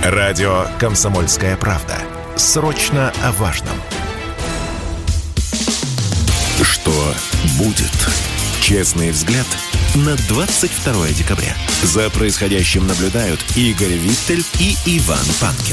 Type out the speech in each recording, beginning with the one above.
Радио «Комсомольская правда». Срочно о важном. Что будет? Честный взгляд на 22 декабря. За происходящим наблюдают Игорь Виттель и Иван Панкин.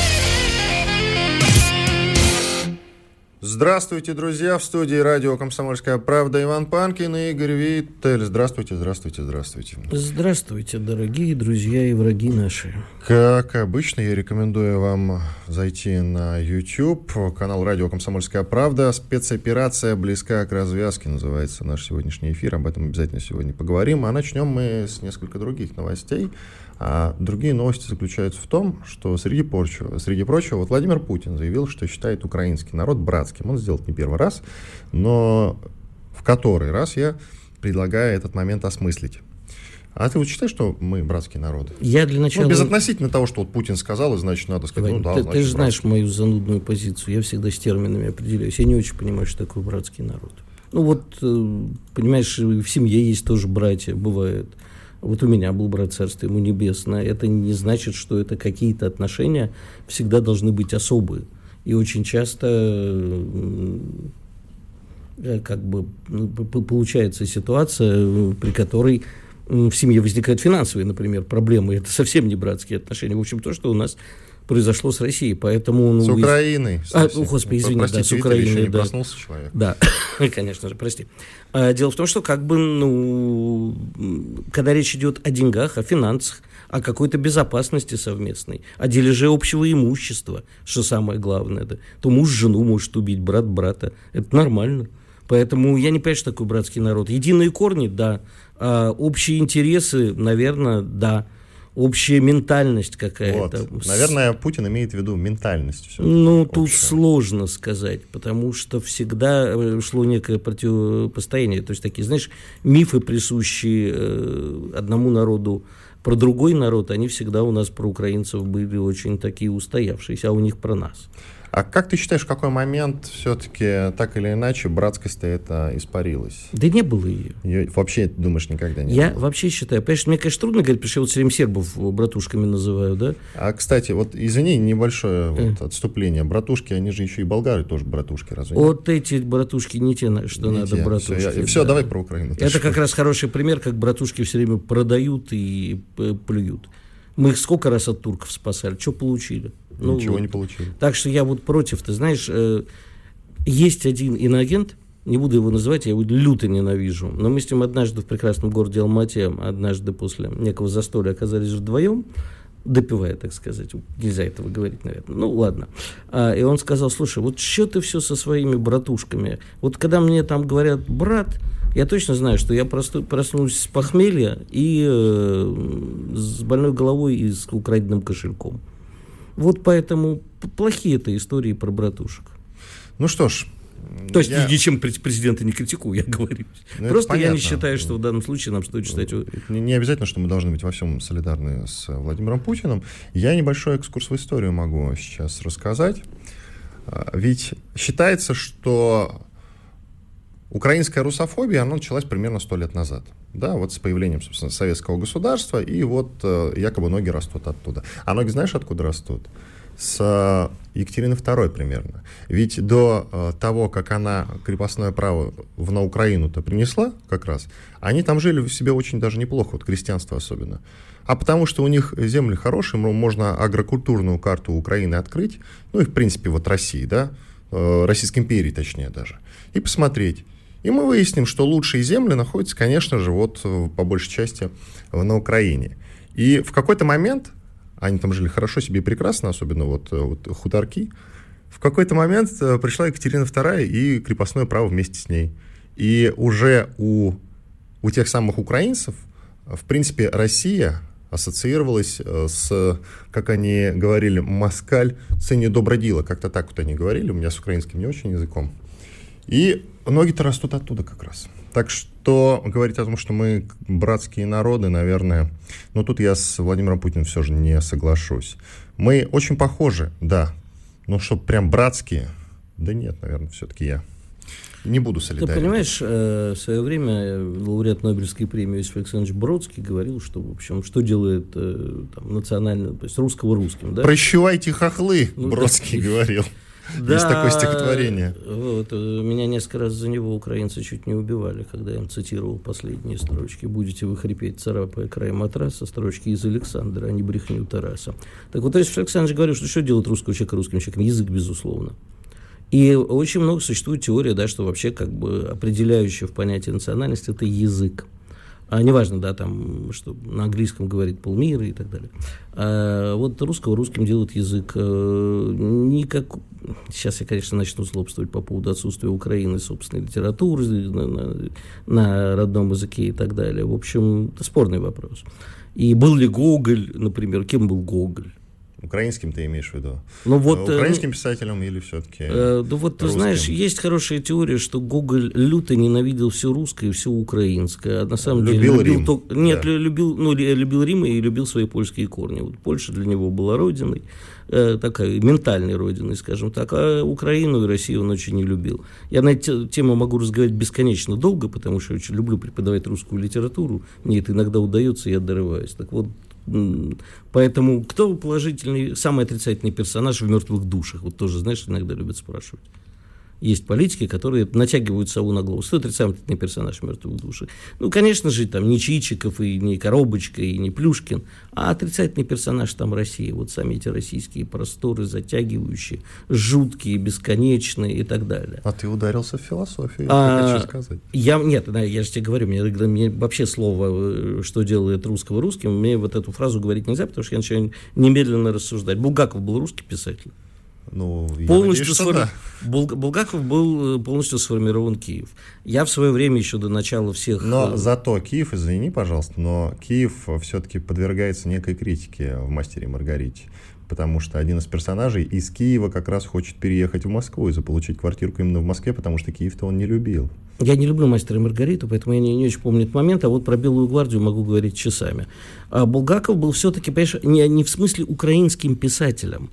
Здравствуйте, друзья! В студии радио «Комсомольская правда» Иван Панкин и Игорь Виттель. Здравствуйте, здравствуйте, здравствуйте. Здравствуйте, дорогие друзья и враги наши. Как обычно, я рекомендую вам зайти на YouTube, канал радио «Комсомольская правда». Спецоперация близка к развязке, называется наш сегодняшний эфир. Об этом обязательно сегодня поговорим. А начнем мы с нескольких других новостей. А другие новости заключаются в том, что среди прочего, вот Владимир Путин заявил, что считает украинский народ братским. Он сделал это не первый раз, но в который раз я предлагаю этот момент осмыслить. А ты вот считаешь, что мы братские народы? Я для начала... безотносительно того, что вот Путин сказал, и значит, надо сказать, Ты же знаешь мою занудную позицию. Я всегда с терминами определяюсь. Я не очень понимаю, что такое братский народ. Понимаешь, в семье есть тоже братья, бывает. Вот у меня был брат, царство ему небесное. Это не значит, что это какие-то отношения всегда должны быть особые. И очень часто получается ситуация, при которой в семье возникают финансовые, например, проблемы. Это совсем не братские отношения. В общем, то, что у нас произошло с Россией, поэтому... С Украиной. Господи, извини, простите, с Украиной. еще не проснулся человек. Да, конечно же, прости. Дело в том, что когда речь идет о деньгах, о финансах, о какой-то безопасности совместной, о дележе общего имущества, что самое главное, да, то муж жену может убить, брат брата. Это нормально. Поэтому я не понимаю, что такое братский народ. Единые корни, да. Общие интересы, наверное, да. Общая ментальность какая-то. Вот. Наверное, Путин имеет в виду ментальность. Тут сложно сказать, потому что всегда шло некое противопостояние. То есть такие, знаешь, мифы, присущие одному народу про другой народ, они всегда у нас про украинцев были очень такие устоявшиеся, а у них про нас. А как ты считаешь, в какой момент все-таки так или иначе братскость-то это испарилась? Да не было ее. Вообще, думаешь, никогда не было? Я вообще считаю. Понимаешь, мне, конечно, трудно говорить, потому что я вот все время сербов братушками называю, да? А, кстати, вот извини, небольшое отступление. Братушки, они же еще и болгары тоже братушки, разве нет? Вот эти братушки не те, что не надо, те. Братушки. Все, давай про Украину. Это как раз хороший пример, как братушки все время продают и плюют. Мы их сколько раз от турков спасали, что получили? Ничего не получили. Так что я вот против, ты знаешь, есть один иноагент, не буду его называть, я его люто ненавижу, но мы с ним однажды в прекрасном городе Алмате, однажды после некого застолья оказались вдвоем, допивая, так сказать, нельзя этого говорить, наверное, ладно. И он сказал, слушай, вот что ты все со своими братушками, вот когда мне там говорят брат, я точно знаю, что я проснусь с похмелья и с больной головой и с украденным кошельком. Вот поэтому плохие это истории про братушек. Ну что ж. То есть ничем президента не критикую, я говорю. Просто я не считаю, что в данном случае нам стоит считать... Не обязательно, что мы должны быть во всем солидарны с Владимиром Путиным. Я небольшой экскурс в историю могу сейчас рассказать. Ведь считается, что украинская русофобия, она началась примерно 100 лет назад. Да, вот с появлением, собственно, советского государства, и вот якобы ноги растут оттуда. А ноги знаешь, откуда растут? С Екатерины II примерно. Ведь до того, как она крепостное право на Украину-то принесла как раз, они там жили в себе очень даже неплохо, вот крестьянство особенно. А потому что у них земли хорошие, можно агрокультурную карту Украины открыть, и в принципе вот России, да, Российской империи точнее даже, и посмотреть. И мы выясним, что лучшие земли находятся, конечно же, вот по большей части на Украине. И в какой-то момент, они там жили хорошо себе и прекрасно, особенно вот хуторки, в какой-то момент пришла Екатерина II и крепостное право вместе с ней. И уже у тех самых украинцев, в принципе, Россия ассоциировалась с, как они говорили, москаль, цене добродела. Как-то так вот они говорили, у меня с украинским не очень языком. И ноги-то растут оттуда как раз. Так что говорить о том, что мы братские народы, наверное, тут я с Владимиром Путиным все же не соглашусь. Мы очень похожи, да, но что прям братские, да нет, наверное, все-таки я не буду солидарен. Ты понимаешь, в свое время лауреат Нобелевской премии Иосиф Александрович Бродский говорил, что, в общем, что делает там, национально, то есть русского русским. Да? Прощевайте хохлы, Бродский говорил. Да, есть такое стихотворение. Вот, меня несколько раз за него украинцы чуть не убивали, когда я им цитировал последние строчки. «Будете вы хрипеть, царапая край матраса», строчки из Александра, а не брехню Тараса. Так вот, Иосиф Александрович говорил, что делает русского человека русским человеком? Язык, безусловно. И очень много существует теория, да, что вообще как бы определяющее в понятии национальности – это язык. Неважно, да, там, что на английском говорит полмира и так далее. Вот русского русским делает язык. Сейчас я, конечно, начну злобствовать по поводу отсутствия Украины собственной литературы на родном языке и так далее. В общем, это спорный вопрос. И был ли Гоголь, например, кем был Гоголь? Украинским ты имеешь в виду? Ну, вот, украинским писателем или все-таки да вот, ты знаешь, есть хорошая теория, что Гоголь люто ненавидел все русское и все украинское. А на самом деле любил Рим. Любил Рим и любил свои польские корни. Вот Польша для него была родиной, такая ментальной родиной, скажем так, а Украину и Россию он очень не любил. Я на эту тему могу разговаривать бесконечно долго, потому что я очень люблю преподавать русскую литературу. Мне это иногда удается, я дорываюсь. Так вот, поэтому кто положительный, самый отрицательный персонаж в «Мертвых душах»? Вот тоже, знаешь, иногда любят спрашивать. Есть политики, которые натягивают сову на голову. Что отрицательный персонаж в «Мертвых душах»? Ну, конечно же, там не Чичиков, и не Коробочка, и не Плюшкин, а отрицательный персонаж там России. Вот сами эти российские просторы, затягивающие, жуткие, бесконечные и так далее. А ты ударился в философию, я хочу сказать. Я же тебе говорю, мне вообще слово, что делает русского русским, мне вот эту фразу говорить нельзя, потому что я начинаю немедленно рассуждать. Булгаков был русский писатель. Ну, Булгаков был полностью сформирован Киев. Я в свое время еще до начала всех... Но зато Киев, извини, пожалуйста, но Киев все-таки подвергается некой критике в «Мастере и Маргарите». Потому что один из персонажей из Киева как раз хочет переехать в Москву и заполучить квартирку именно в Москве, потому что Киев-то он не любил. Я не люблю «Мастера и Маргариту», поэтому я не очень помню этот момент, а вот про «Белую гвардию» могу говорить часами. Булгаков был все-таки, понимаешь, не в смысле украинским писателем,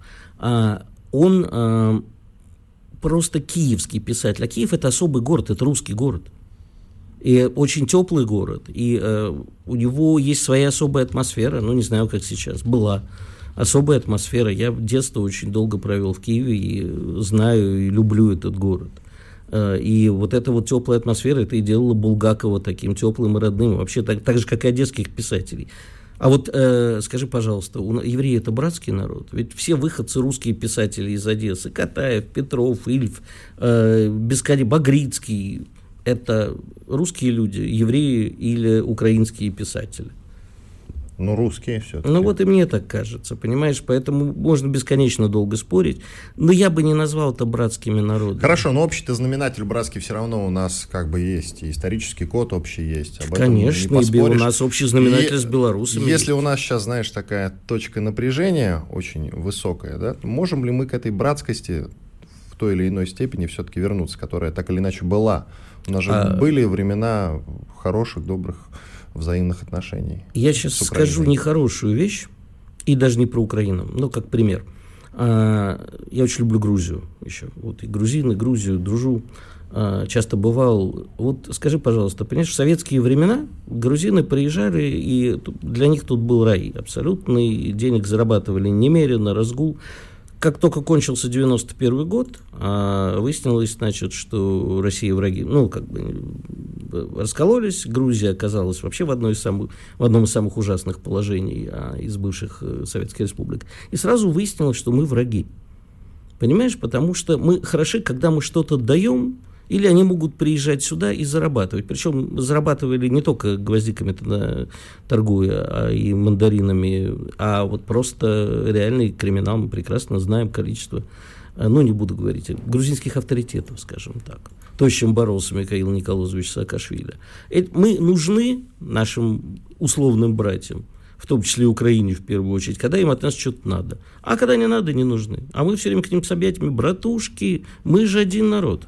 он просто киевский писатель. А Киев – это особый город, это русский город. И очень теплый город. И у него есть своя особая атмосфера. Ну, не знаю, как сейчас. Была особая атмосфера. Я детство очень долго провел в Киеве и знаю и люблю этот город. И вот эта вот теплая атмосфера, это и делала Булгакова таким теплым и родным. Вообще так же, как и одесских писателей. А вот скажи, пожалуйста, евреи – это братский народ? Ведь все выходцы, русские писатели из Одессы, Катаев, Петров, Ильф, Багрицкий – это русские люди, евреи или украинские писатели? Ну, русские все-таки. Ну, вот и мне так кажется, понимаешь? Поэтому можно бесконечно долго спорить. Но я бы не назвал это братскими народами. Хорошо, но общий-то знаменатель братский все равно у нас как бы есть. И исторический код общий есть. Об конечно, и у нас общий знаменатель с белорусами. Если у нас сейчас, знаешь, такая точка напряжения очень высокая, да, можем ли мы к этой братскости в той или иной степени все-таки вернуться, которая так или иначе была? У нас же были времена хороших, добрых взаимных отношений. Я сейчас скажу нехорошую вещь, и даже не про Украину, но как пример. Я очень люблю Грузию еще. Вот и грузины, Грузию дружу. Часто бывал. Вот скажи, пожалуйста, понимаешь, в советские времена грузины приезжали, и для них тут был рай абсолютный, денег зарабатывали немерено, разгул. Как только кончился 91 год, выяснилось, значит, что Россия враги, раскололись, Грузия оказалась вообще в одном из самых ужасных положений из бывших советских республик. И сразу выяснилось, что мы враги. Понимаешь, потому что мы хороши, когда мы что-то даем, или они могут приезжать сюда и зарабатывать. Причем зарабатывали не только гвоздиками торгуя, и мандаринами, а вот просто реальный криминал. Мы прекрасно знаем количество, не буду говорить, грузинских авторитетов, скажем так. То, с чем боролся Михаил Николозович Саакашвили. Мы нужны нашим условным братьям, в том числе и Украине в первую очередь, когда им от нас что-то надо. А когда не надо, не нужны. А мы все время к ним с объятиями: братушки, мы же один народ.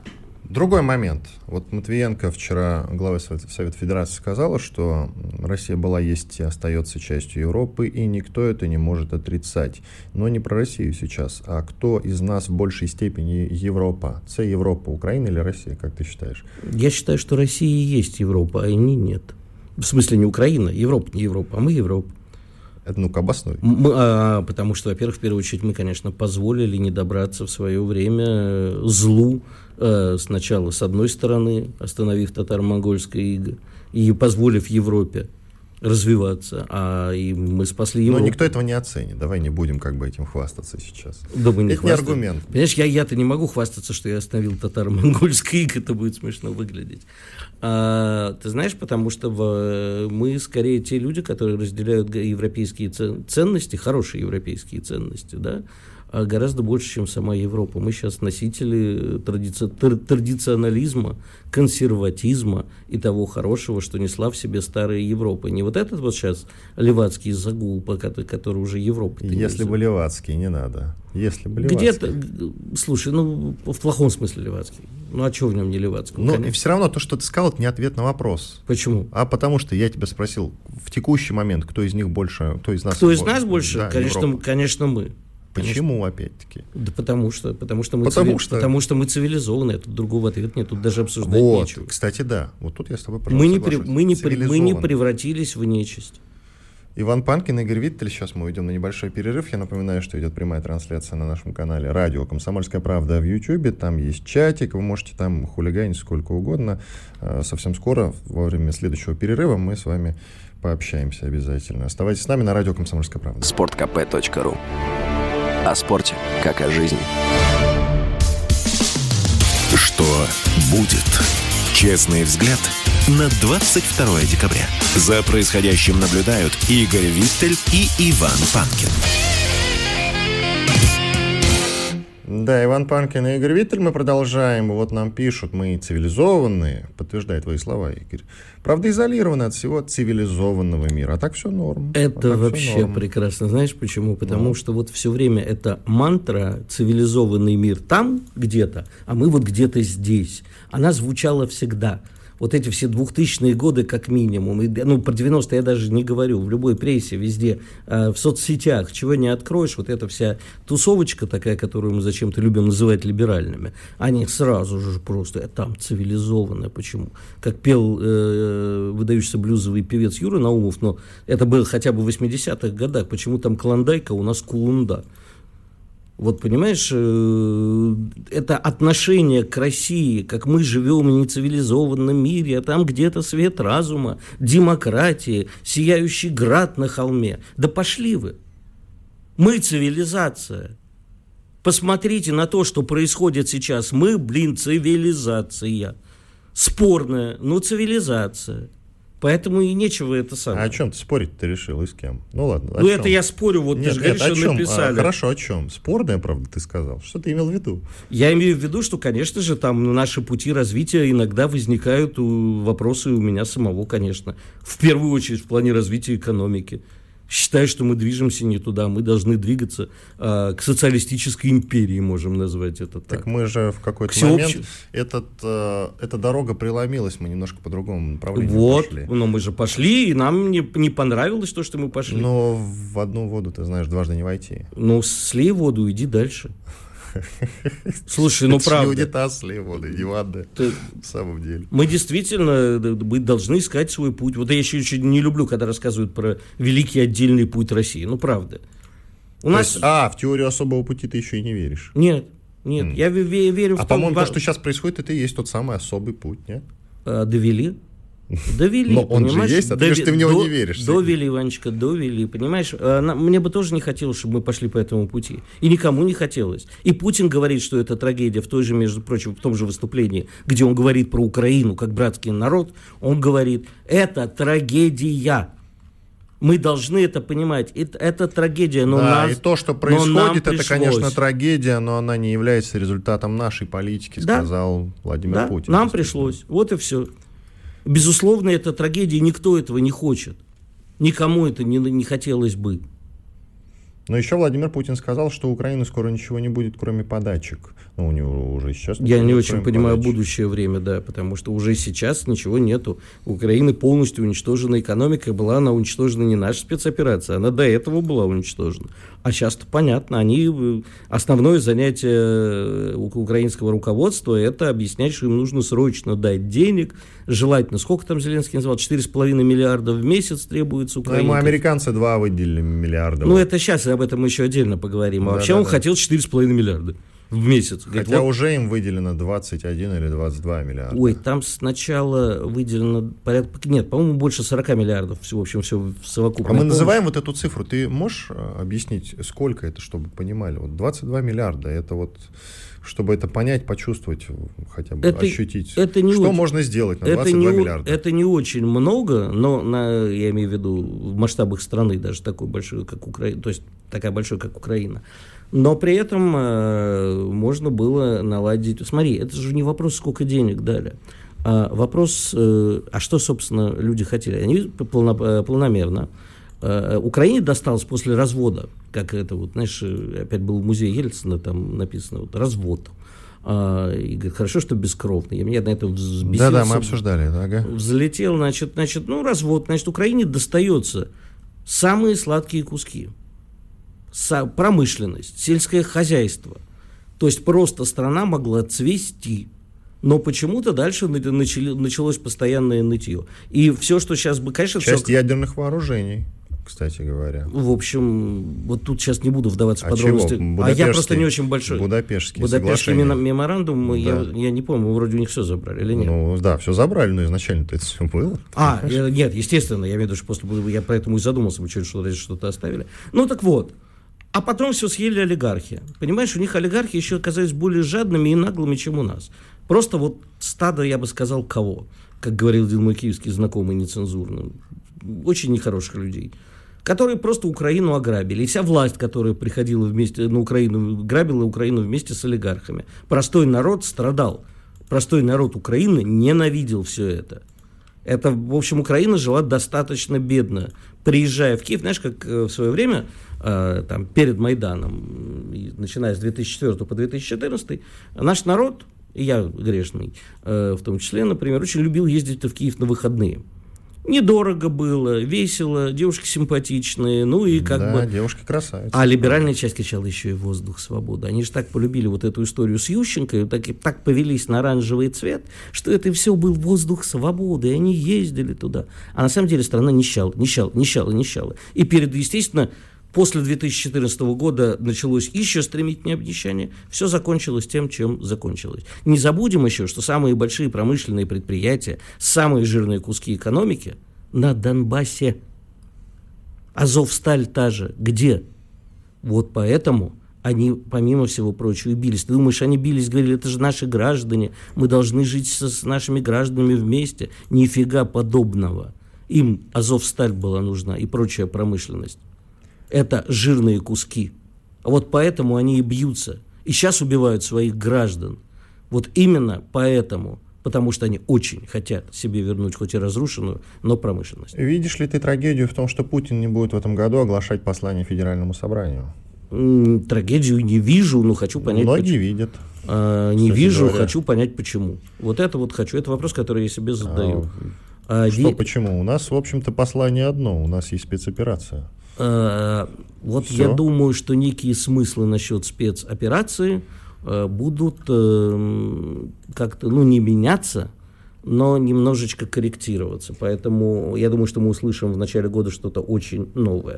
Другой момент. Вот Матвиенко вчера, глава Совета Федерации, сказала, что Россия была, есть и остается частью Европы, и никто это не может отрицать. Но не про Россию сейчас, а кто из нас в большей степени Европа? Це Европа, Украина или Россия, как ты считаешь? Я считаю, что Россия и есть Европа, а они нет. В смысле не Украина, Европа не Европа, а мы Европа. Это ну-ка обоснуй. Потому что, во-первых, в первую очередь, мы, конечно, позволили не добраться в свое время злу, сначала с одной стороны, остановив татаро-монгольское иго, и позволив Европе развиваться, и мы спасли Европу. Но никто этого не оценит, давай не будем как бы этим хвастаться сейчас. Да, мы не это не аргумент. Понимаешь, я-то не могу хвастаться, что я остановил татаро-монгольское иго, это будет смешно выглядеть. Ты знаешь, потому что мы скорее те люди, которые разделяют европейские ценности, хорошие европейские ценности, да, гораздо больше, чем сама Европа. Мы сейчас носители традиционализма, консерватизма и того хорошего, что несла в себе старая Европа. Не вот этот вот сейчас левацкий загул, который уже Европа. Если бы левацкий, не надо. Если бы левацкий. Где-то, слушай, в плохом смысле левацкий. А чего в нем не левацкий? Ну, и все равно то, что ты сказал, это не ответ на вопрос. Почему? А потому что я тебя спросил, в текущий момент, кто из них больше, кто из нас Кто из нас больше? Да, конечно, мы. Почему, опять-таки? Да потому что мы цивилизованы, тут другого ответа нет, тут даже обсуждать нечего. Кстати, да, вот тут я с тобой, пожалуйста, соглашусь. Мы не превратились в нечисть. Иван Панкин, Игорь Виттель. Сейчас мы уйдем на небольшой перерыв. Я напоминаю, что идет прямая трансляция на нашем канале «Радио Комсомольская правда» в Ютьюбе. Там есть чатик, вы можете там хулиганить сколько угодно. Совсем скоро, во время следующего перерыва, мы с вами пообщаемся обязательно. Оставайтесь с нами на «Радио Комсомольская правда». sportkp.ru. О спорте, как о жизни. Что будет? Честный взгляд на 22 декабря. За происходящим наблюдают Игорь Виттель и Иван Панкин. Да, Иван Панкин и Игорь Виттель. Мы продолжаем. Вот нам пишут, мы цивилизованные, подтверждает твои слова, Игорь. Правда, изолированы от всего цивилизованного мира. А так все норм. Это вообще прекрасно. Знаешь почему? Потому что вот все время эта мантра «цивилизованный мир там где-то, а мы вот где-то здесь». Она звучала всегда. Вот эти все 2000-е годы как минимум, про 90-е я даже не говорю, в любой прессе, везде, в соцсетях, чего не откроешь, вот эта вся тусовочка такая, которую мы зачем-то любим называть либеральными, они сразу же просто, там цивилизованная, почему? Как пел выдающийся блюзовый певец Юра Наумов, но это было хотя бы в 80-х годах, почему там клондайка, у нас кулунда. Вот понимаешь, это отношение к России, как мы живем в нецивилизованном мире, а там где-то свет разума, демократии, сияющий град на холме. Да пошли вы! Мы цивилизация. Посмотрите на то, что происходит сейчас. Мы, цивилизация. Спорная, но цивилизация. Поэтому и нечего это самое. А о чем ты спорить-то решил и с кем? Ну ладно. Ну это я спорю, вот ты же говоришь, что написали. Хорошо, о чем? Спорная, правда, ты сказал. Что ты имел в виду? Я имею в виду, что, конечно же, там наши пути развития иногда возникают вопросы у меня самого, конечно. В первую очередь в плане развития экономики. Считаю, что мы движемся не туда, мы должны двигаться к социалистической империи, можем назвать это так. Так мы же в какой-то момент, эта дорога преломилась, мы немножко по другому направлению пошли. Но мы же пошли, и нам не понравилось то, что мы пошли. Но в одну воду, ты знаешь, дважды не войти. Ну, слей воду, иди дальше. Слушай, правда. Унитаз слей воду, не ванна, в самом деле. Мы действительно должны искать свой путь. Вот я еще не люблю, когда рассказывают про великий отдельный путь России. Правда. В теорию особого пути ты еще и не веришь? Нет, я верю в то... А по-моему, то, что сейчас происходит, это и есть тот самый особый путь, нет? Довели, но он же есть, а ты говоришь, ты в него не веришь. Довели, Иванечка, довели, понимаешь? Мне бы тоже не хотелось, чтобы мы пошли по этому пути. И никому не хотелось. И Путин говорит, что это трагедия, в той же, между прочим, в том же выступлении, где он говорит про Украину как братский народ, он говорит, это трагедия. Мы должны это понимать. Это трагедия, но да, и то, что происходит, это, конечно, трагедия, но она не является результатом нашей политики, сказал Владимир Путин. Нам пришлось. Вот и все. Безусловно, это трагедия, никто этого не хочет. Никому это не хотелось бы. Но еще Владимир Путин сказал, что у Украины скоро ничего не будет, кроме подачек. Ну, у него уже сейчас... Я не очень понимаю будущее время, да, потому что уже сейчас ничего нету. У Украины полностью уничтожена экономика, была она уничтожена не наша спецоперация, она до этого была уничтожена. А сейчас-то понятно, основное занятие украинского руководства — это объяснять, что им нужно срочно дать денег, желательно, сколько там Зеленский назвал, 4,5 миллиарда в месяц требуется Украине. Ну, американцы 2 выделили миллиарда. Ну, это сейчас, об этом мы еще отдельно поговорим. А вообще он хотел 4,5 миллиарда в месяц. Хотя говорит, уже им выделено 21 или 22 миллиарда. Ой, там сначала выделено порядка... Нет, по-моему, больше 40 миллиардов. В общем, все в совокупности. А мы называем вот эту цифру. Ты можешь объяснить, сколько это, чтобы понимали? Вот 22 миллиарда, это вот... Чтобы это понять, почувствовать, хотя бы ощутить. Это не что очень, можно сделать на 22 миллиарда? Это не очень много, но я имею в виду в масштабах страны, даже такой большой, как Украина, то есть такая большая, как Украина. Но при этом можно было наладить... Смотри, это же не вопрос, сколько денег дали. А вопрос, а что, собственно, люди хотели? Они планомерно. Украине досталось после развода, как это вот, знаешь, опять был в музее Ельцина, там написано вот, развод. И говорит, хорошо, что бескровный. Я на это взбесился. Да, мы обсуждали. Ага. Взлетел, значит, развод. Значит, Украине достается самые сладкие куски. Промышленность, сельское хозяйство. То есть просто страна могла цвести. Но почему-то дальше началось постоянное нытье. И все, что сейчас бы, конечно... Часть ядерных вооружений, кстати говоря. В общем, вот тут сейчас не буду вдаваться в подробности. А я просто не очень большой. Будапештский меморандум, да. я не помню, вроде у них все забрали или нет? Ну да, все забрали, но изначально-то это все было. Нет, естественно, я имею в виду, что после я поэтому и задумался, мы что-то оставили. Ну так вот. А потом все съели олигархи. Понимаешь, у них олигархи еще оказались более жадными и наглыми, чем у нас. Просто вот стадо, я бы сказал, кого? Как говорил один мой киевский знакомый нецензурно. Очень нехороших людей. Которые просто Украину ограбили. И вся власть, которая приходила вместе на Украину, грабила Украину вместе с олигархами. Простой народ страдал. Простой народ Украины ненавидел все это. Это, в общем, Украина жила достаточно бедно. Приезжая в Киев, знаешь, как в свое время, там, перед Майданом, начиная с 2004 по 2014, наш народ, и я грешный в том числе, например, очень любил ездить в Киев на выходные. Недорого было, весело, девушки симпатичные, ну и как бы... Да, девушки красавицы. А либеральная часть кричала еще и воздух, свобода. Они же так полюбили вот эту историю с Ющенко, так повелись на оранжевый цвет, что это все был воздух свободы, и они ездили туда. А на самом деле страна нищала. И естественно, после 2014 года началось еще стремительное обнищание. Все закончилось тем, чем закончилось. Не забудем еще, что самые большие промышленные предприятия, самые жирные куски экономики на Донбассе. Азовсталь та же. Где? Вот поэтому они, помимо всего прочего, и бились. Ты думаешь, они бились, говорили, это же наши граждане, мы должны жить с нашими гражданами вместе. Нифига подобного. Им Азовсталь была нужна и прочая промышленность. Это жирные куски. А вот поэтому они и бьются. И сейчас убивают своих граждан. Вот именно поэтому. Потому что они очень хотят себе вернуть хоть и разрушенную, но промышленность. Видишь ли ты трагедию в том, что Путин не будет в этом году оглашать послание Федеральному собранию? Трагедию не вижу, но хочу понять, многие почему. Видят. Не вижу, говоря. Хочу понять, почему. Вот это вот хочу. Это вопрос, который я себе задаю. Почему? У нас, в общем-то, послание одно. У нас есть спецоперация. Вот все? Я думаю, что некие смыслы насчет спецоперации будут как-то, не меняться, но немножечко корректироваться. Поэтому я думаю, что мы услышим в начале года что-то очень новое.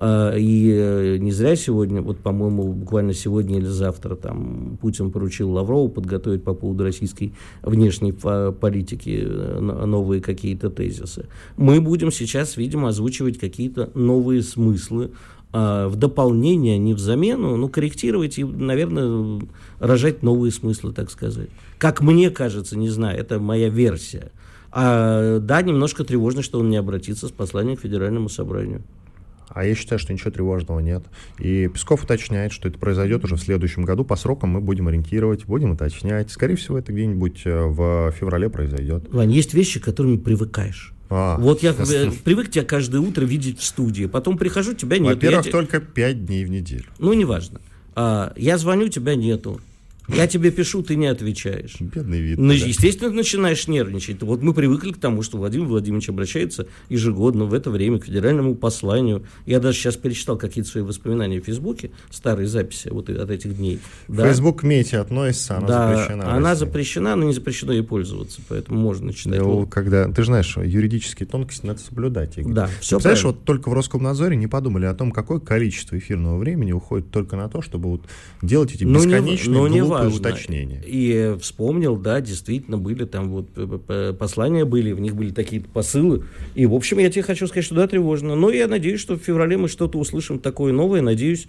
И не зря сегодня, вот, по-моему, буквально сегодня или завтра там Путин поручил Лаврову подготовить по поводу российской внешней политики новые какие-то тезисы. Мы будем сейчас, видимо, озвучивать какие-то новые смыслы в дополнение, не в замену, корректировать и, наверное, рожать новые смыслы, так сказать. Как мне кажется, не знаю, это моя версия. Да, немножко тревожно, что он не обратится с посланием к Федеральному собранию. А я считаю, что ничего тревожного нет. И Песков уточняет, что это произойдет уже в следующем году. По срокам мы будем ориентировать, будем уточнять. Скорее всего, это где-нибудь в феврале произойдет. Вань, есть вещи, к которым привыкаешь. Вот я привык тебя каждое утро видеть в студии, потом прихожу, тебя нет. Во-первых, только 5 дней в неделю. Ну, неважно. Я звоню, тебя нету. Я тебе пишу, ты не отвечаешь. Бедный вид. Ну, естественно, ты начинаешь нервничать. Вот мы привыкли к тому, что Владимир Владимирович обращается ежегодно в это время к федеральному посланию. Я даже сейчас перечитал какие-то свои воспоминания в Фейсбуке, старые записи вот от этих дней. Фейсбук к мете относится, она запрещена. Она запрещена, но не запрещено ей пользоваться, поэтому можно читать. Когда, ты же знаешь, юридические тонкости надо соблюдать. Игорь. Да, все представляешь, вот только в Роскомнадзоре не подумали о том, какое количество эфирного времени уходит только на то, чтобы вот делать эти бесконечные глупые уточнения. И вспомнил, да, действительно были там вот послания были, в них были такие посылы. И, в общем, я тебе хочу сказать, что да, тревожно. Но я надеюсь, что в феврале мы что-то услышим такое новое. Надеюсь,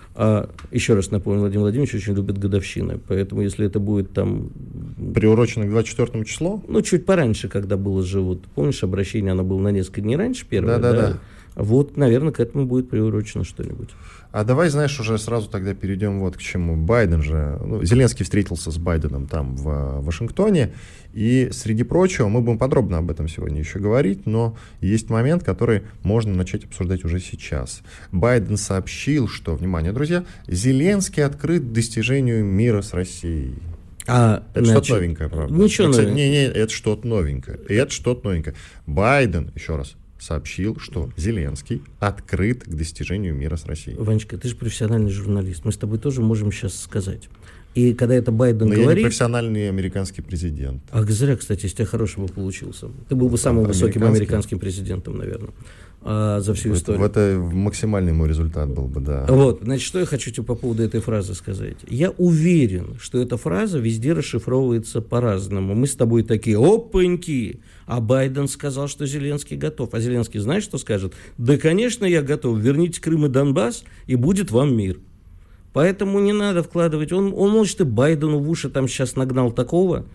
еще раз напомню, Владимир Владимирович очень любит годовщины. Поэтому, если это будет там... Приурочено к 24 числу? Ну, чуть пораньше, когда было же, вот, помнишь, обращение, оно было на несколько дней раньше, первое, да? Вот, наверное, к этому будет приурочено что-нибудь. А давай, знаешь, уже сразу тогда перейдем вот к чему. Байден же... Зеленский встретился с Байденом там в Вашингтоне, и, среди прочего, мы будем подробно об этом сегодня еще говорить, но есть момент, который можно начать обсуждать уже сейчас. Байден сообщил, что, внимание, друзья, Зеленский открыт к достижению мира с Россией. Это что-то новенькое, правда? Ничего новенького. Это что-то новенькое. Байден, еще раз, сообщил, что Зеленский открыт к достижению мира с Россией. Ванечка, ты же профессиональный журналист. Мы с тобой тоже можем сейчас сказать. И когда это Байден говорит... Но я не профессиональный американский президент. Зря, кстати, из тебя хороший бы получился. Ты был бы самым высоким американским президентом, наверное, за всю историю. Это максимальный мой результат был бы, да. Вот, значит, что я хочу тебе по поводу этой фразы сказать. Я уверен, что эта фраза везде расшифровывается по-разному. Мы с тобой такие, опаньки! А Байден сказал, что Зеленский готов. А Зеленский знаешь, что скажет? Да, конечно, я готов. Верните Крым и Донбасс, и будет вам мир. Поэтому не надо вкладывать. Он может, и Байдену в уши там сейчас нагнал такого.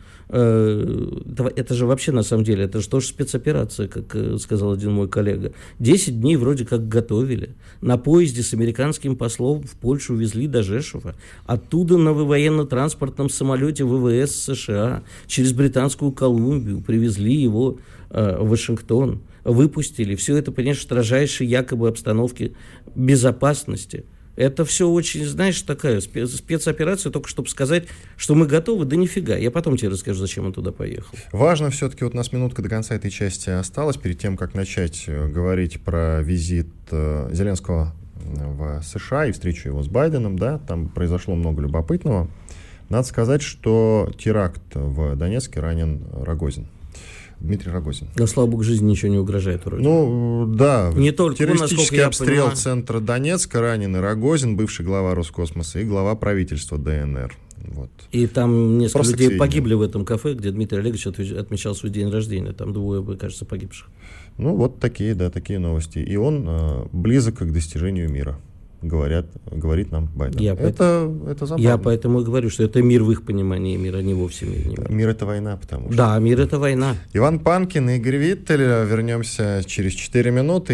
Это же вообще, на самом деле, это же тоже спецоперация, как сказал один мой коллега. 10 дней вроде как готовили. На поезде с американским послом в Польшу везли до Жешува. Оттуда на военно-транспортном самолете ВВС США через Британскую Колумбию привезли его в Вашингтон. Выпустили. Все это, понимаешь, в строжайшей якобы обстановке безопасности. Это все очень, знаешь, такая спецоперация, только чтобы сказать, что мы готовы, да нифига. Я потом тебе расскажу, зачем он туда поехал. Важно все-таки, вот у нас минутка до конца этой части осталась, перед тем, как начать говорить про визит Зеленского в США и встречу его с Байденом, да, там произошло много любопытного. Надо сказать, что теракт в Донецке ранен Рогозин. Дмитрий Рогозин. Да, слава богу, жизни ничего не угрожает вроде. Ну, да. Не только террористический обстрел понимаю. центра Донецка, раненый Рогозин, бывший глава Роскосмоса и глава правительства ДНР. Вот. И там несколько Просто людей погибли в этом кафе, где Дмитрий Олегович отмечал свой день рождения. Там 2, кажется, погибших. Ну, вот такие новости. И он близок к достижению мира. Говорит нам Байден. Это забавно. Я поэтому и говорю, что это мир в их понимании мира, не вовсе мир. Мир — это война, потому что... Да, мир — это война. Иван Панкин и Игорь Виттель. Вернемся через 4 минуты.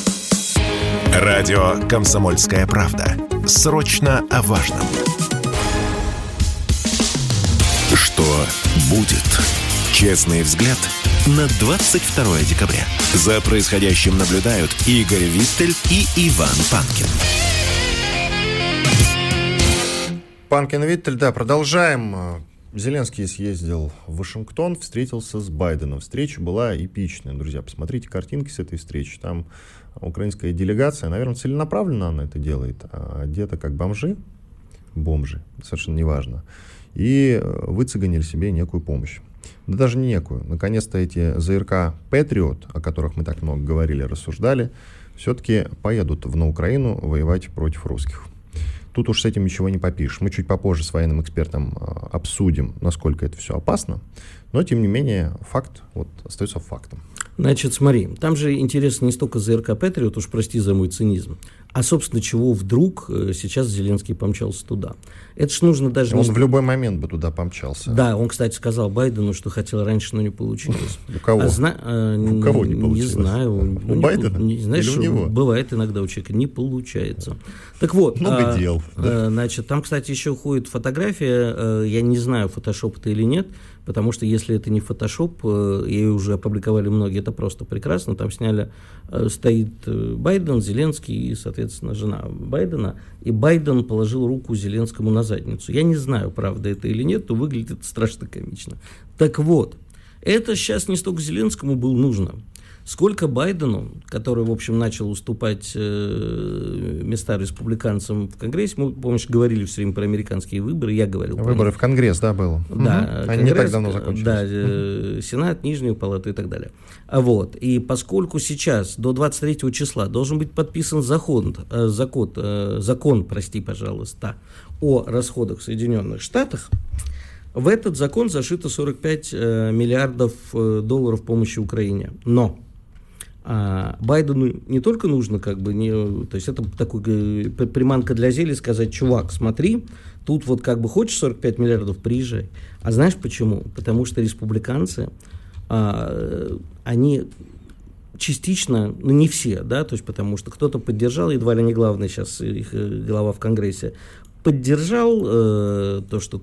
Радио «Комсомольская правда». Срочно о важном. Что будет? Честный взгляд на 22 декабря. За происходящим наблюдают Игорь Виттель и Иван Панкин. Панкин и Виттель, да, продолжаем. Зеленский съездил в Вашингтон, встретился с Байденом. Встреча была эпичная, друзья. Посмотрите картинки с этой встречи. Там украинская делегация, наверное, целенаправленно она это делает, одета как бомжи, совершенно неважно, и выцеганили себе некую помощь. Да даже не некую. Наконец-то эти ЗРК «Патриот», о которых мы так много говорили, рассуждали, все-таки поедут на Украину воевать против русских. Тут уж с этим ничего не попишешь. Мы чуть попозже с военным экспертом обсудим, насколько это все опасно. Но, тем не менее, факт остается фактом. Значит, смотри, там же интересно не столько ЗРК «Патриот», уж прости за мой цинизм, А, собственно, чего вдруг сейчас Зеленский помчался туда? Это ж нужно даже... Он в любой момент бы туда помчался. Да, он, кстати, сказал Байдену, что хотел раньше, но не получилось. У кого? У кого не получилось? Не знаю. У Байдена? Знаешь, или у него? Бывает иногда у человека, не получается. Так вот. Много дел. Да? Значит, там, кстати, еще ходит фотография, я не знаю, фотошоп это или нет, потому что если это не фотошоп, ее уже опубликовали многие, это просто прекрасно. Там сняли, стоит Байден, Зеленский и, соответственно, жена Байдена, и Байден положил руку Зеленскому на задницу. Я не знаю, правда это или нет, но выглядит это страшно комично. Так вот, это сейчас не столько Зеленскому было нужно, сколько Байдену, который, в общем, начал уступать места республиканцам в Конгрессе. Мы, помнишь, говорили все время про американские выборы, я говорил. Выборы в Конгресс, да, было. Да, Они не так давно закончились. Да, Сенат, Нижнюю палату и так далее. Вот. И поскольку сейчас, до 23 числа, должен быть подписан закон, прости, пожалуйста, о расходах в Соединенных Штатах, в этот закон зашито 45 миллиардов долларов помощи Украине. Но Байдену не только нужно, то есть это такой приманка для зелий сказать: чувак, смотри, тут вот хочешь 45 миллиардов, приезжай. А знаешь почему? Потому что республиканцы, они частично, не все, да, то есть потому что кто-то поддержал, едва ли не главный сейчас их глава в Конгрессе, поддержал то, что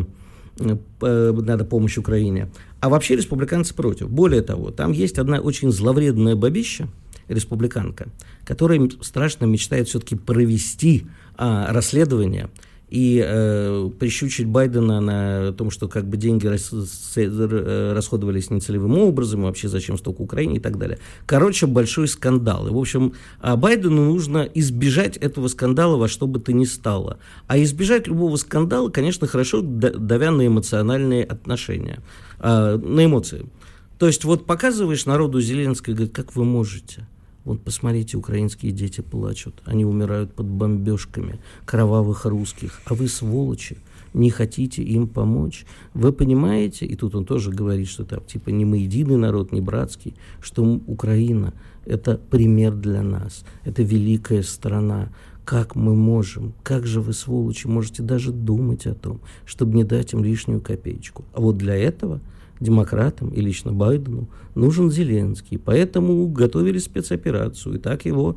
надо помощь Украине. А вообще республиканцы против. Более того, там есть одна очень зловредная бабища, республиканка, которая страшно мечтает все-таки провести расследование и прищучить Байдена на том, что деньги расходовались нецелевым образом, и вообще зачем столько Украине и так далее. Короче, большой скандал. И, в общем, Байдену нужно избежать этого скандала во что бы то ни стало. А избежать любого скандала, конечно, хорошо, давя на эмоциональные отношения, на эмоции. То есть вот показываешь народу Зеленского и говорит: как вы можете? Вот посмотрите, украинские дети плачут, они умирают под бомбежками кровавых русских, а вы, сволочи, не хотите им помочь. Вы понимаете, и тут он тоже говорит, что там не мы единый народ, не братский, что Украина – это пример для нас, это великая страна. Как мы можем, как же вы, сволочи, можете даже думать о том, чтобы не дать им лишнюю копеечку. А вот для этого демократам и лично Байдену нужен Зеленский. Поэтому готовили спецоперацию. И так его,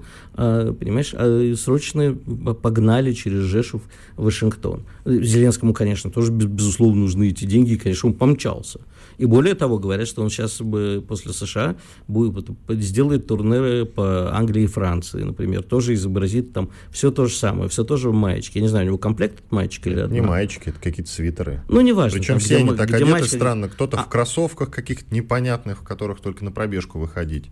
срочно погнали через Жешув в Вашингтон. Зеленскому, конечно, тоже, безусловно, нужны эти деньги. И, конечно, он помчался. И более того, говорят, что он сейчас после США сделает турниры по Англии и Франции, например. Тоже изобразит там все то же самое, все тоже в маечке. Я не знаю, у него комплект от маечки или одна? Не маечки, это какие-то свитеры. Неважно. Причем все они так одеты странно. Кто-то в кроссовках каких-то непонятных, в которых только на пробежку выходить.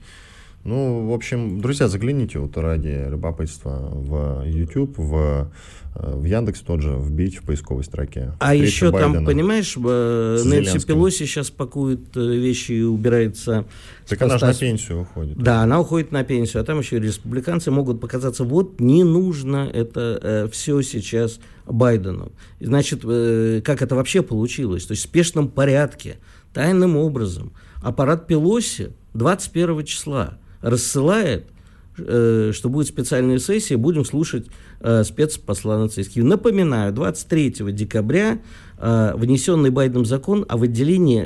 В общем, друзья, загляните ради любопытства в YouTube, в Яндекс тот же, вбить в поисковой строке. А еще Байдена, там, понимаешь, Нэнси Пелоси сейчас пакует вещи и убирается. Так она же на пенсию уходит. Да, она уходит на пенсию, а там еще республиканцы могут показаться: вот не нужно это все сейчас Байдену. Значит, как это вообще получилось? То есть в спешном порядке, тайным образом аппарат Пелоси 21 числа рассылает, что будет специальная сессия, будем слушать спецпосла нацистских. Напоминаю, 23 декабря внесенный Байденом закон о выделении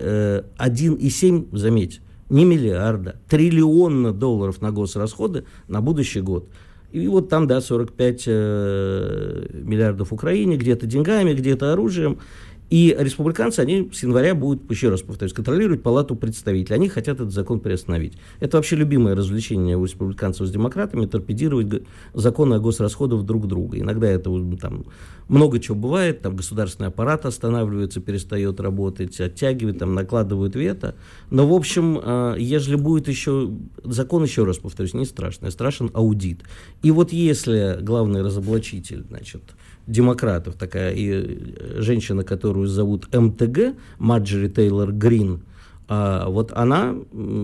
1,7, заметь, не миллиарда, триллиона долларов на госрасходы на будущий год. И вот там, 45 миллиардов Украине, где-то деньгами, где-то оружием. И республиканцы, они с января будут, еще раз повторюсь, контролировать Палату представителей. Они хотят этот закон приостановить. Это вообще любимое развлечение у республиканцев с демократами — торпедировать законы о госрасходах друг друга. Иногда это много чего бывает, государственный аппарат останавливается, перестает работать, оттягивает, накладывают вето. Но, в общем, ежели будет закон, еще раз повторюсь, не страшный, страшен аудит. И вот если главный разоблачитель, демократов, такая и женщина, которую зовут МТГ, Марджори Тейлор Грин, вот она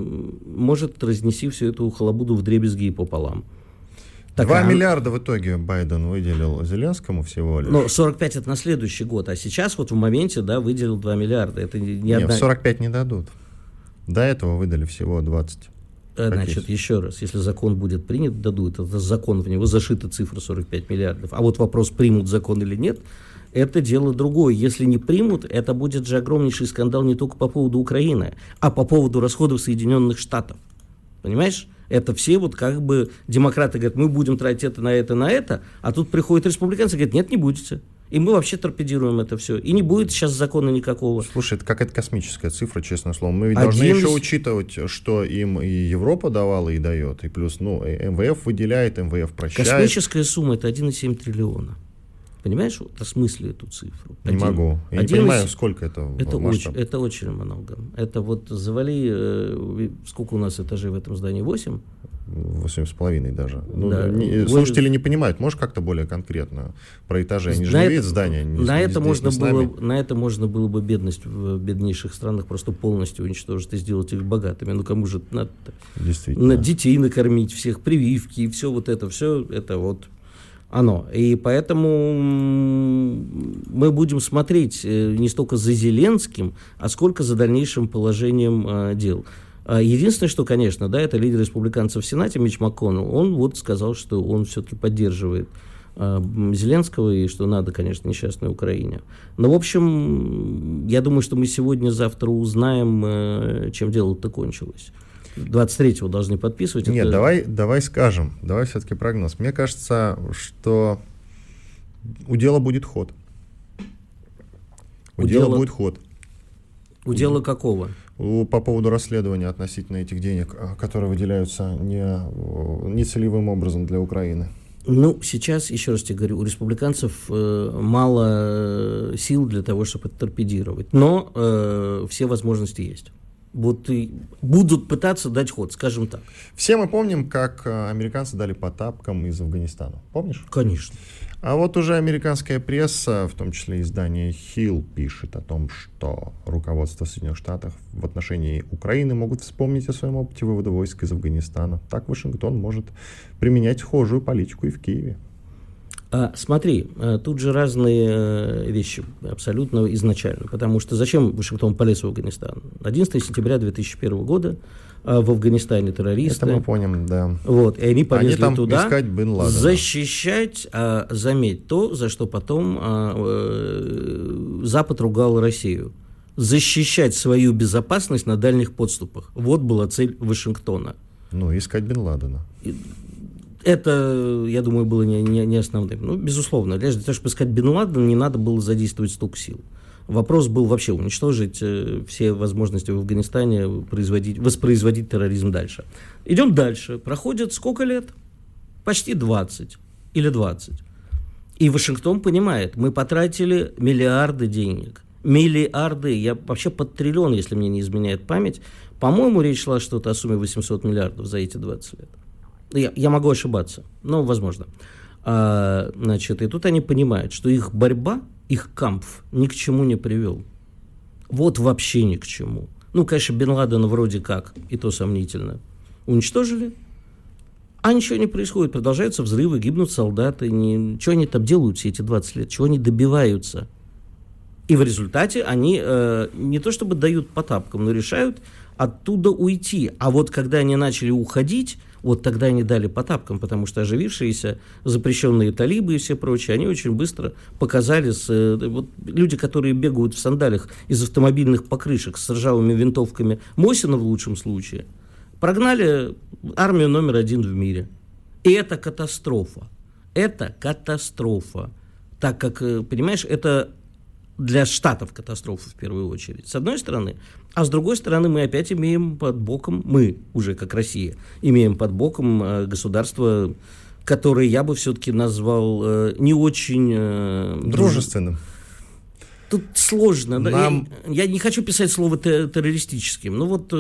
может разнести всю эту халабуду вдребезги и пополам. 2 миллиарда в итоге Байден выделил Зеленскому всего лишь. 45 это на следующий год, а сейчас в моменте, выделил 2 миллиарда. Это Нет, 45 не дадут. До этого выдали всего 20. Значит, еще раз, если закон будет принят, дадут, это закон, в него зашита цифра 45 миллиардов. А вот вопрос, примут закон или нет, это дело другое. Если не примут, это будет же огромнейший скандал не только по поводу Украины, а по поводу расходов Соединенных Штатов. Понимаешь? Это все вот как бы демократы говорят, мы будем тратить это, на это, а тут приходят республиканцы и говорят, нет, не будете. И мы вообще торпедируем это все. И не будет сейчас закона никакого. Слушай, это какая-то космическая цифра, честное слово. Мы ведь должны еще учитывать, что им и Европа давала, и дает. И плюс, МВФ выделяет, МВФ прощает. Космическая сумма – это 1,7 триллиона. Понимаешь, вот осмысли эту цифру. Не могу. Я не понимаю, сколько это в масштабе. Это очень много. Это вот завали, сколько у нас этажей в этом здании? 8? 8,5 даже. Да. Слушатели не понимают. Можешь как-то более конкретно про этажи? Они же не видят здания. На это можно было бы бедность в беднейших странах просто полностью уничтожить и сделать их богатыми. Ну кому же надо-то? Действительно. Детей накормить, всех прививки, и все это вот оно. И поэтому мы будем смотреть не столько за Зеленским, а сколько за дальнейшим положением дел. Единственное, что, конечно, да, это лидер республиканцев в Сенате Митч МакКоннелл, он вот сказал, что он все-таки поддерживает Зеленского и что надо, конечно, несчастной Украине. Но, в общем, я думаю, что мы сегодня-завтра узнаем, чем дело-то кончилось. 23-го должны подписывать. Нет, давай скажем, давай все-таки прогноз. Мне кажется, что у дела будет ход. У дела будет ход. У дела какого? По поводу расследования относительно этих денег, которые выделяются не целевым образом для Украины. Ну, сейчас, еще раз тебе говорю, у республиканцев мало сил для того, чтобы это торпедировать. Но все возможности есть. Будут пытаться дать ход, скажем так. Все мы помним, как американцы дали по тапкам из Афганистана. Помнишь? Конечно. А вот уже американская пресса, в том числе издание Hill, пишет о том, что руководство Соединенных Штатов в отношении Украины могут вспомнить о своем опыте вывода войск из Афганистана. Так Вашингтон может применять схожую политику и в Киеве. Смотри, тут же разные вещи абсолютно изначально, потому что зачем Вашингтон полез в Афганистан? 11 сентября 2001 года в Афганистане террористы. Это мы поняли, да. Вот, и они полезли там туда искать Бен Ладена. Защищать, заметь, то, за что потом Запад ругал Россию. Защищать свою безопасность на дальних подступах. Вот была цель Вашингтона. Искать Бен Ладена. Это, я думаю, было не основным. Безусловно, для того, чтобы искать Бен Ладена, не надо было задействовать столько сил. Вопрос был вообще уничтожить все возможности в Афганистане воспроизводить терроризм дальше. Идем дальше. Проходит сколько лет? Почти 20 или 20. И Вашингтон понимает, мы потратили миллиарды денег. Миллиарды, я вообще под триллион, если мне не изменяет память. По-моему, речь шла что-то о сумме 800 миллиардов за эти 20 лет. Я могу ошибаться, но возможно. И тут они понимают, что их борьба, их кампф ни к чему не привел. Вот вообще ни к чему. Конечно, Бен Ладена вроде как, и то сомнительно, уничтожили, а ничего не происходит. Продолжаются взрывы, гибнут солдаты. Что они там делают все эти 20 лет? Чего они добиваются? И в результате они не то чтобы дают по тапкам, но решают оттуда уйти. А вот когда они начали уходить, вот тогда они дали по тапкам, потому что оживившиеся запрещенные талибы и все прочее, они очень быстро показали, люди, которые бегают в сандалях из автомобильных покрышек с ржавыми винтовками Мосина в лучшем случае, прогнали армию номер 1 в мире. И это катастрофа. Это катастрофа. Так как, понимаешь, это для Штатов катастрофа в первую очередь, с одной стороны. А с другой стороны, мы опять имеем под боком, мы уже как Россия, имеем под боком государство, которое я бы все-таки назвал не очень... дружественным. Тут сложно. Я не хочу писать слово террористическим.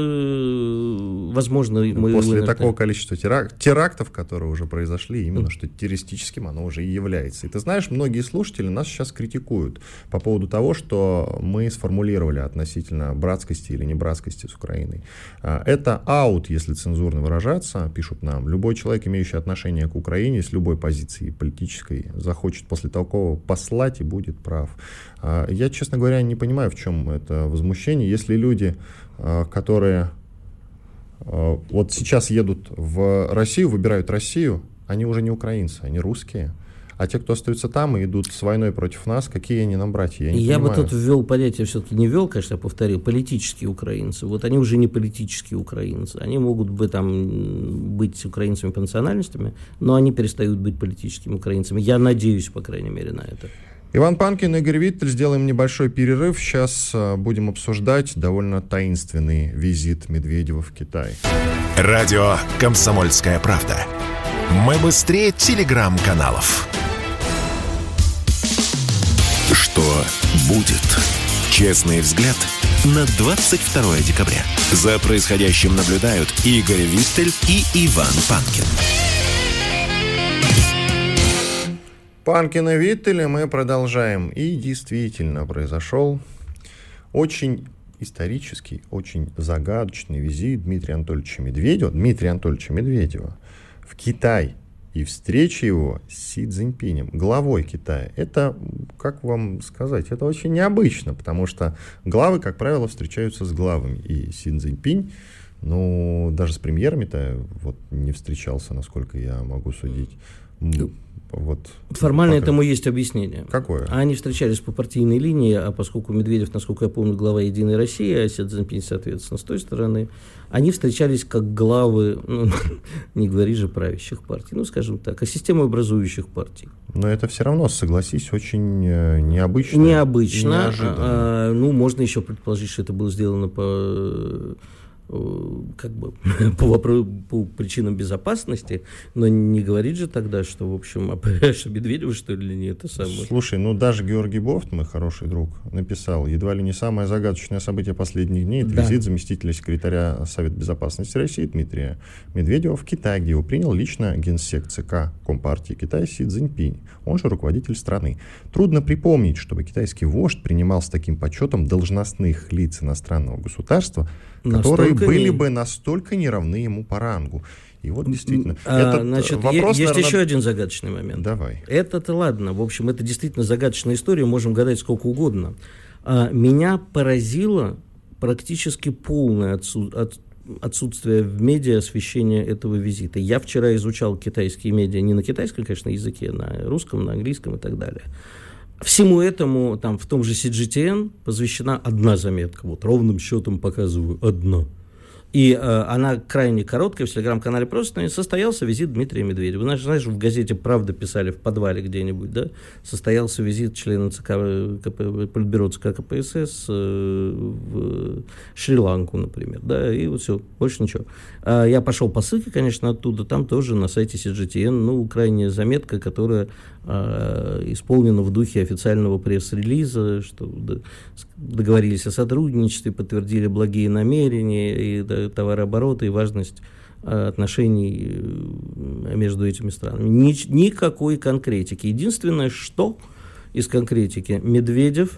Возможно... После такого количества терактов, которые уже произошли, именно что террористическим оно уже и является. И ты знаешь, многие слушатели нас сейчас критикуют по поводу того, что мы сформулировали относительно братскости или небратскости с Украиной. Это аут, если цензурно выражаться, пишут нам. Любой человек, имеющий отношение к Украине с любой позиции политической, захочет после такого послать и будет прав. Я, честно говоря, не понимаю, в чем это возмущение. Если люди, которые Вот сейчас едут в Россию, выбирают Россию, они уже не украинцы, они русские. А те, кто остаются там и идут с войной против нас, какие они нам братья? Я бы тут ввел понятие, все-таки не ввел, конечно, я повторил, политические украинцы. Вот они уже не политические украинцы. Они могут бы там быть украинцами по национальностям, но они перестают быть политическими украинцами. Я надеюсь, по крайней мере, на это. Иван Панкин, Игорь Виттель. Сделаем небольшой перерыв. Сейчас будем обсуждать довольно таинственный визит Медведева в Китай. Радио «Комсомольская правда». Мы быстрее телеграм-каналов. Что будет? Честный взгляд на 22 декабря. За происходящим наблюдают Игорь Виттель и Иван Панкин. Панкин и Виттель, мы продолжаем. И действительно произошел очень исторический, очень загадочный визит Дмитрия Анатольевича Медведева в Китай. И встреча его с Си Цзиньпинем, главой Китая. Это, как вам сказать, это очень необычно, потому что главы, как правило, встречаются с главами. И Си Цзиньпинь, даже с премьерами-то не встречался, насколько я могу судить. Формально этому есть объяснение. Какое? Они встречались по партийной линии, а поскольку Медведев, насколько я помню, глава «Единой России», а Си Цзиньпинь, соответственно, с той стороны, они встречались как главы, не говори же правящих партий, скажем так, а системообразующих партий. Но это все равно, согласись, очень необычно. Необычно. Можно еще предположить, что это было сделано по причинам безопасности, но не говорит же тогда, что, в общем, что Медведева, что ли, не это самое. Слушай, даже Георгий Бофт, мой хороший друг, написал, едва ли не самое загадочное событие последних дней, это визит заместителя секретаря Совета Безопасности России Дмитрия Медведева в Китай, где его принял лично генсек ЦК Компартии Китая Си Цзиньпинь, он же руководитель страны. Трудно припомнить, чтобы китайский вождь принимал с таким почетом должностных лиц иностранного государства, которые были бы настолько неравны ему по рангу. И вот действительно. Вопрос, есть еще один загадочный момент. Давай. Это ладно. В общем, это действительно загадочная история, можем гадать сколько угодно. Меня поразило практически полное отсутствие в медиа освещения этого визита. Я вчера изучал китайские медиа, не на китайском, конечно, языке, на русском, на английском и так далее. Всему этому в том же CGTN посвящена одна заметка. Ровным счетом показываю одна. И она крайне короткая, в телеграм-канале просто состоялся визит Дмитрия Медведева. Знаешь, в газете «Правда» писали в подвале где-нибудь, да, состоялся визит члена ЦК Политбюро ЦК КПСС в Шри-Ланку, например, да, и вот все, больше ничего. Я пошел по ссылке, конечно, оттуда, там тоже на сайте CGTN, крайняя заметка, которая исполнена в духе официального пресс-релиза, что договорились о сотрудничестве, подтвердили благие намерения и товарооборота, и важность отношений между этими странами. Никакой конкретики. Единственное, что из конкретики, Медведев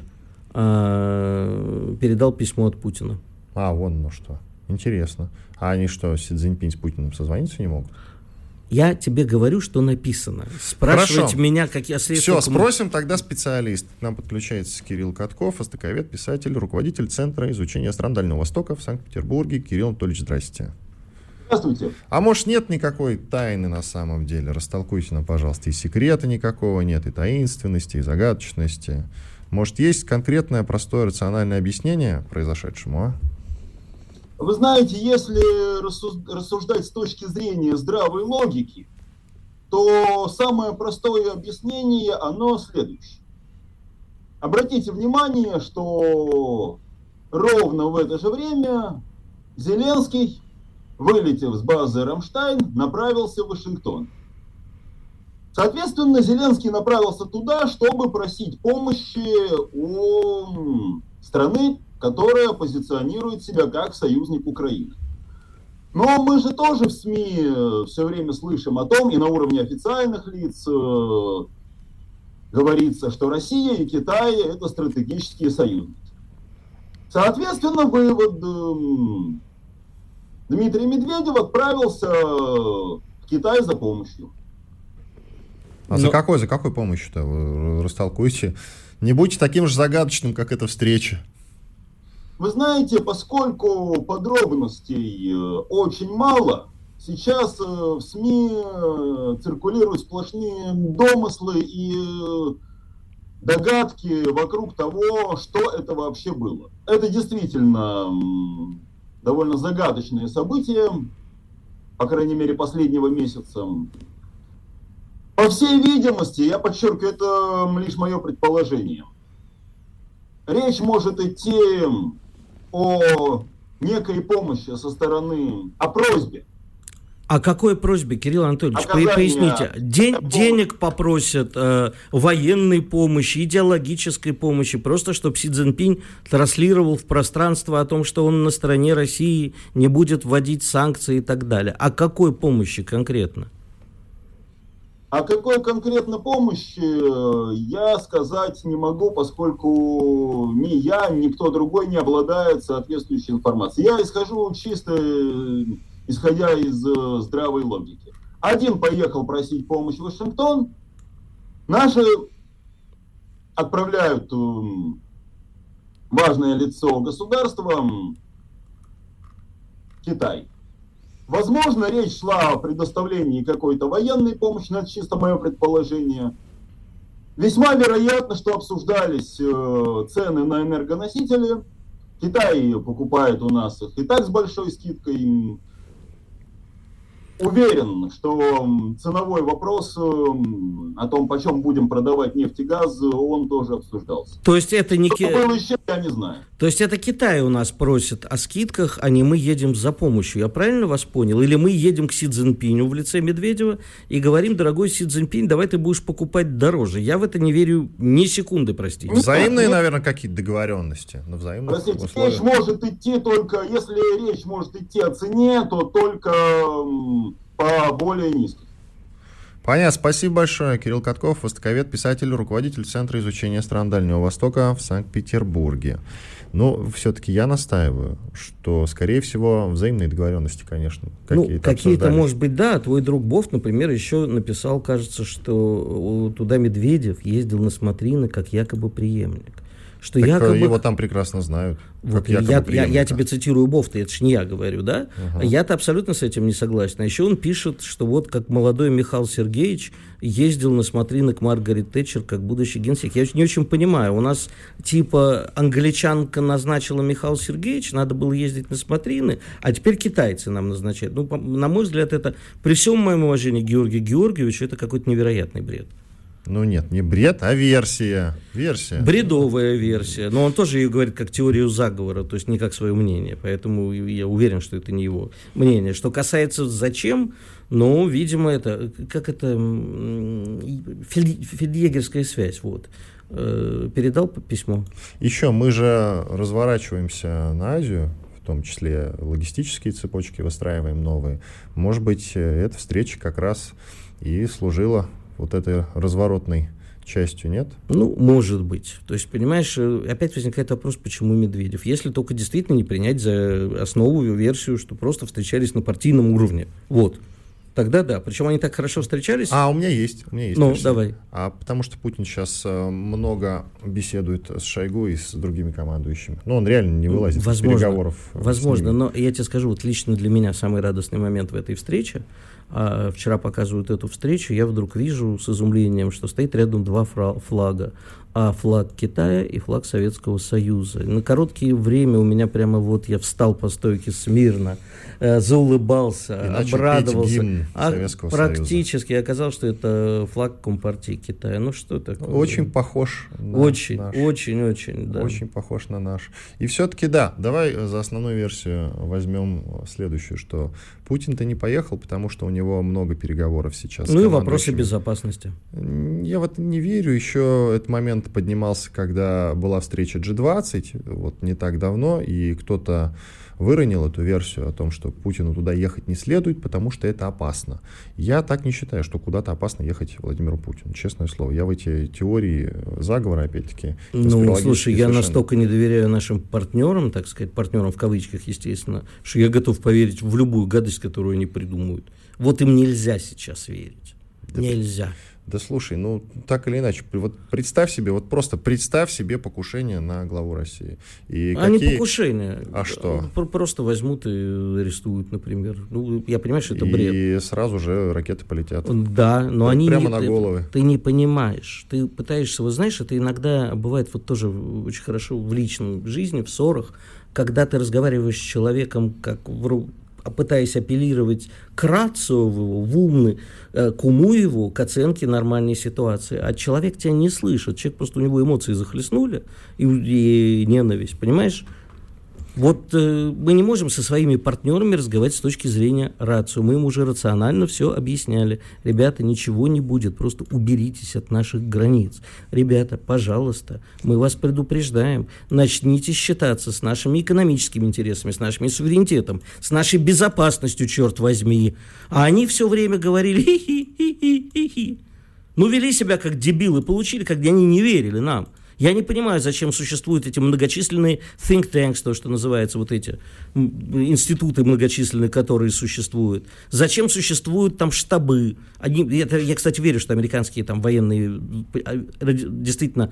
передал письмо от Путина. Вон что. Интересно. А они что, Си Цзиньпинь с Путиным созвониться не могут? Я тебе говорю, что написано. Спрашивать Хорошо. меня, какие средства... Все, спросим тогда специалист. К нам подключается Кирилл Катков, востоковед, писатель, руководитель Центра изучения стран Дальнего Востока в Санкт-Петербурге. Кирилл Анатольевич, здрасте. Здравствуйте. А может, нет никакой тайны на самом деле? Растолкуйте нам, пожалуйста, и секрета никакого нет, и таинственности, и загадочности. Может, есть конкретное, простое, рациональное объяснение произошедшему, Вы знаете, если рассуждать с точки зрения здравой логики, то самое простое объяснение, оно следующее. Обратите внимание, что ровно в это же время Зеленский, вылетев с базы Рамштайн, направился в Вашингтон. Соответственно, Зеленский направился туда, чтобы просить помощи у страны, которая позиционирует себя как союзник Украины. Но мы же тоже в СМИ все время слышим о том, и на уровне официальных лиц говорится, что Россия и Китай – это стратегические союзники. Соответственно, вывод: Дмитрий Медведев отправился в Китай за помощью. За какой помощью-то? Вы растолкуйте. Не будьте таким же загадочным, как эта встреча. Вы знаете, поскольку подробностей очень мало, сейчас в СМИ циркулируют сплошные домыслы и догадки вокруг того, что это вообще было. Это действительно довольно загадочное событие, по крайней мере, последнего месяца. По всей видимости, я подчеркиваю, это лишь мое предположение. Речь может идти о некой помощи со стороны, о просьбе. О какой просьбе, Кирилл Анатольевич? Поясните. Денег попросят, военной помощи, идеологической помощи, просто чтобы Си Цзиньпинь транслировал в пространство о том, что он на стороне России, не будет вводить санкции и так далее. О какой помощи конкретно? О какой конкретно помощи я сказать не могу, поскольку ни я, ни кто другой не обладает соответствующей информацией. Я исхожу чисто исходя из здравой логики. Один поехал просить помощи в Вашингтон, наши отправляют важное лицо государства в Китай. Возможно, речь шла о предоставлении какой-то военной помощи, но это чисто мое предположение. Весьма вероятно, что обсуждались цены на энергоносители. Китай покупает у нас их и так с большой скидкой. Уверен, что ценовой вопрос о том, почем будем продавать нефть и газ, он тоже обсуждался. То есть это не Что было еще, я не знаю. То есть это Китай у нас просит о скидках, а не мы едем за помощью. Я правильно вас понял? Или мы едем к Си Цзиньпиню в лице Медведева и говорим: дорогой Си Цзиньпинь, давай ты будешь покупать дороже. Я в это не верю ни секунды, простите. Взаимные, наверное, какие-то договоренности. На взаимных Простите, условиях. речь может идти только, если речь может идти о цене, то только по более низкой. Понятно. Спасибо большое. Кирилл Катков, востоковед, писатель, руководитель Центра изучения стран Дальнего Востока в Санкт-Петербурге. Но все-таки я настаиваю, что, скорее всего, взаимные договоренности, конечно, какие-то, может быть, да. Твой друг Бофт, например, еще написал, кажется, что туда Медведев ездил на смотрины как якобы преемник. Что так якобы... его там прекрасно знают. Вот, я тебе цитирую Бофта, это ж не я говорю, да? Я-то абсолютно с этим не согласен. А еще он пишет, что вот как молодой Михаил Сергеевич ездил на смотрины к Маргарет Тэтчер как будущий генсек. Я не очень понимаю. У нас типа англичанка назначила Михаила Сергеевича, надо было ездить на смотрины, а теперь китайцы нам назначают. Ну, на мой взгляд, это, при всем моем уважении к Георгию Георгиевичу, это какой-то невероятный бред. Ну нет, не бред, а версия. Бредовая версия. Но он тоже ее говорит как теорию заговора, то есть не как свое мнение. Поэтому я уверен, что это не его мнение. Что касается зачем, ну, видимо, это фельдъегерская связь. Вот. Передал письмо. Еще мы же разворачиваемся на Азию, в том числе логистические цепочки выстраиваем новые. Может быть, эта встреча как раз и служила вот этой разворотной частью, нет? Ну, может быть. То есть, понимаешь, опять возникает вопрос, почему Медведев? Если только действительно не принять за основу версию, что просто встречались на партийном уровне. Вот. Тогда да. Причем они так хорошо встречались. У меня есть. Ну, версия. Давай. Потому что Путин сейчас много беседует с Шойгу и с другими командующими. Но он реально не вылазит из переговоров. Возможно, но я тебе скажу, вот лично для меня самый радостный момент в этой встрече. Вчера показывают эту встречу, я вдруг вижу с изумлением, что стоит рядом два флага. Флаг Китая и флаг Советского Союза. На короткое время у меня прямо вот я встал по стойке смирно, заулыбался, обрадовался. Практически оказалось, что это флаг Компартии Китая. Ну что такое? Очень похож на наш. Очень, да. Очень похож на наш. И все-таки да, давай за основную версию возьмем следующую, что Путин-то не поехал, потому что у него много переговоров сейчас. Ну и вопросы безопасности. Я в это не верю. Еще этот момент поднимался, когда была встреча G20, вот не так давно, и кто-то выронил эту версию о том, что Путину туда ехать не следует, потому что это опасно. Я так не считаю, что куда-то опасно ехать Владимиру Путину, честное слово. Я в эти теории заговора, опять-таки, слушай, я настолько не доверяю нашим партнерам, так сказать, партнерам в кавычках, естественно, что я готов поверить в любую гадость, которую они придумают. Вот им нельзя сейчас верить. Нельзя. Да слушай, ну, так или иначе, вот представь себе, вот просто представь себе покушение на главу России. И не покушение. А что? Просто возьмут и арестуют, например. Ну, я понимаю, что это бред. И сразу же ракеты полетят. Да, но они... Прямо на головы. Ты не понимаешь. Ты пытаешься, вот знаешь, это иногда бывает вот тоже очень хорошо в личной жизни, в ссорах, когда ты разговариваешь с человеком, как пытаясь апеллировать к рацио в умный, к уму его, к оценке нормальной ситуации. А человек тебя не слышит. Человек просто, у него эмоции захлестнули и ненависть, понимаешь? Вот мы не можем со своими партнерами разговаривать с точки зрения рацио. Мы им уже рационально все объясняли. Ребята, ничего не будет, просто уберитесь от наших границ. Ребята, пожалуйста, мы вас предупреждаем. Начните считаться с нашими экономическими интересами, с нашим суверенитетом, с нашей безопасностью, черт возьми. А они все время говорили хи-хи-хи-хи-хи. Ну, вели себя как дебилы, получили, когда они не верили нам. Я не понимаю, зачем существуют эти многочисленные think tanks, то, что называется, вот эти институты многочисленные, которые существуют. Зачем существуют там штабы? Я, кстати, верю, что американские там военные действительно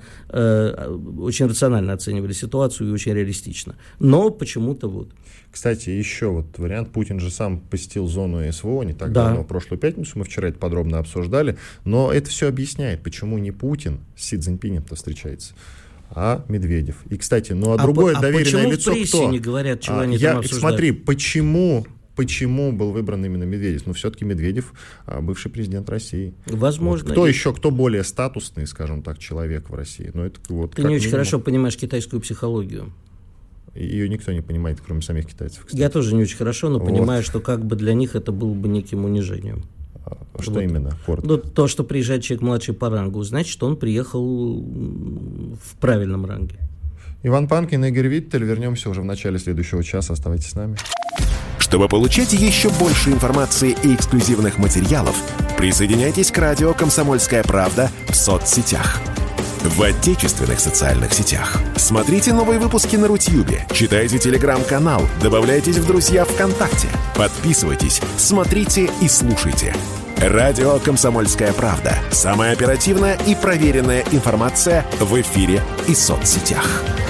очень рационально оценивали ситуацию и очень реалистично. Но почему-то вот. Кстати, еще вот вариант. Путин же сам посетил зону СВО не так давно, в прошлую пятницу. Мы вчера это подробно обсуждали. Но это все объясняет, почему не Путин с Си Цзиньпинем-то встречается, а Медведев. И, кстати, другое доверенное лицо кто? Почему в прессе не говорят, чего они там обсуждают? Смотри, почему был выбран именно Медведев? Ну, все-таки Медведев бывший президент России. Возможно. Вот. Кто более статусный, скажем так, человек в России? Ну, это вот ты не очень хорошо понимаешь китайскую психологию. Ее никто не понимает, кроме самих китайцев. Кстати. Я тоже не очень хорошо, но понимаю, что как бы для них это было бы неким унижением. Что именно? Ну, то, что приезжает человек младший по рангу, значит, он приехал в правильном ранге. Иван Панкин и Игорь Виттель. Вернемся уже в начале следующего часа. Оставайтесь с нами. Чтобы получать еще больше информации и эксклюзивных материалов, присоединяйтесь к радио «Комсомольская правда» в соцсетях. В отечественных социальных сетях. Смотрите новые выпуски на Рутьюбе, читайте телеграм-канал, добавляйтесь в друзья ВКонтакте, подписывайтесь, смотрите и слушайте. Радио «Комсомольская правда». Самая оперативная и проверенная информация в эфире и соцсетях.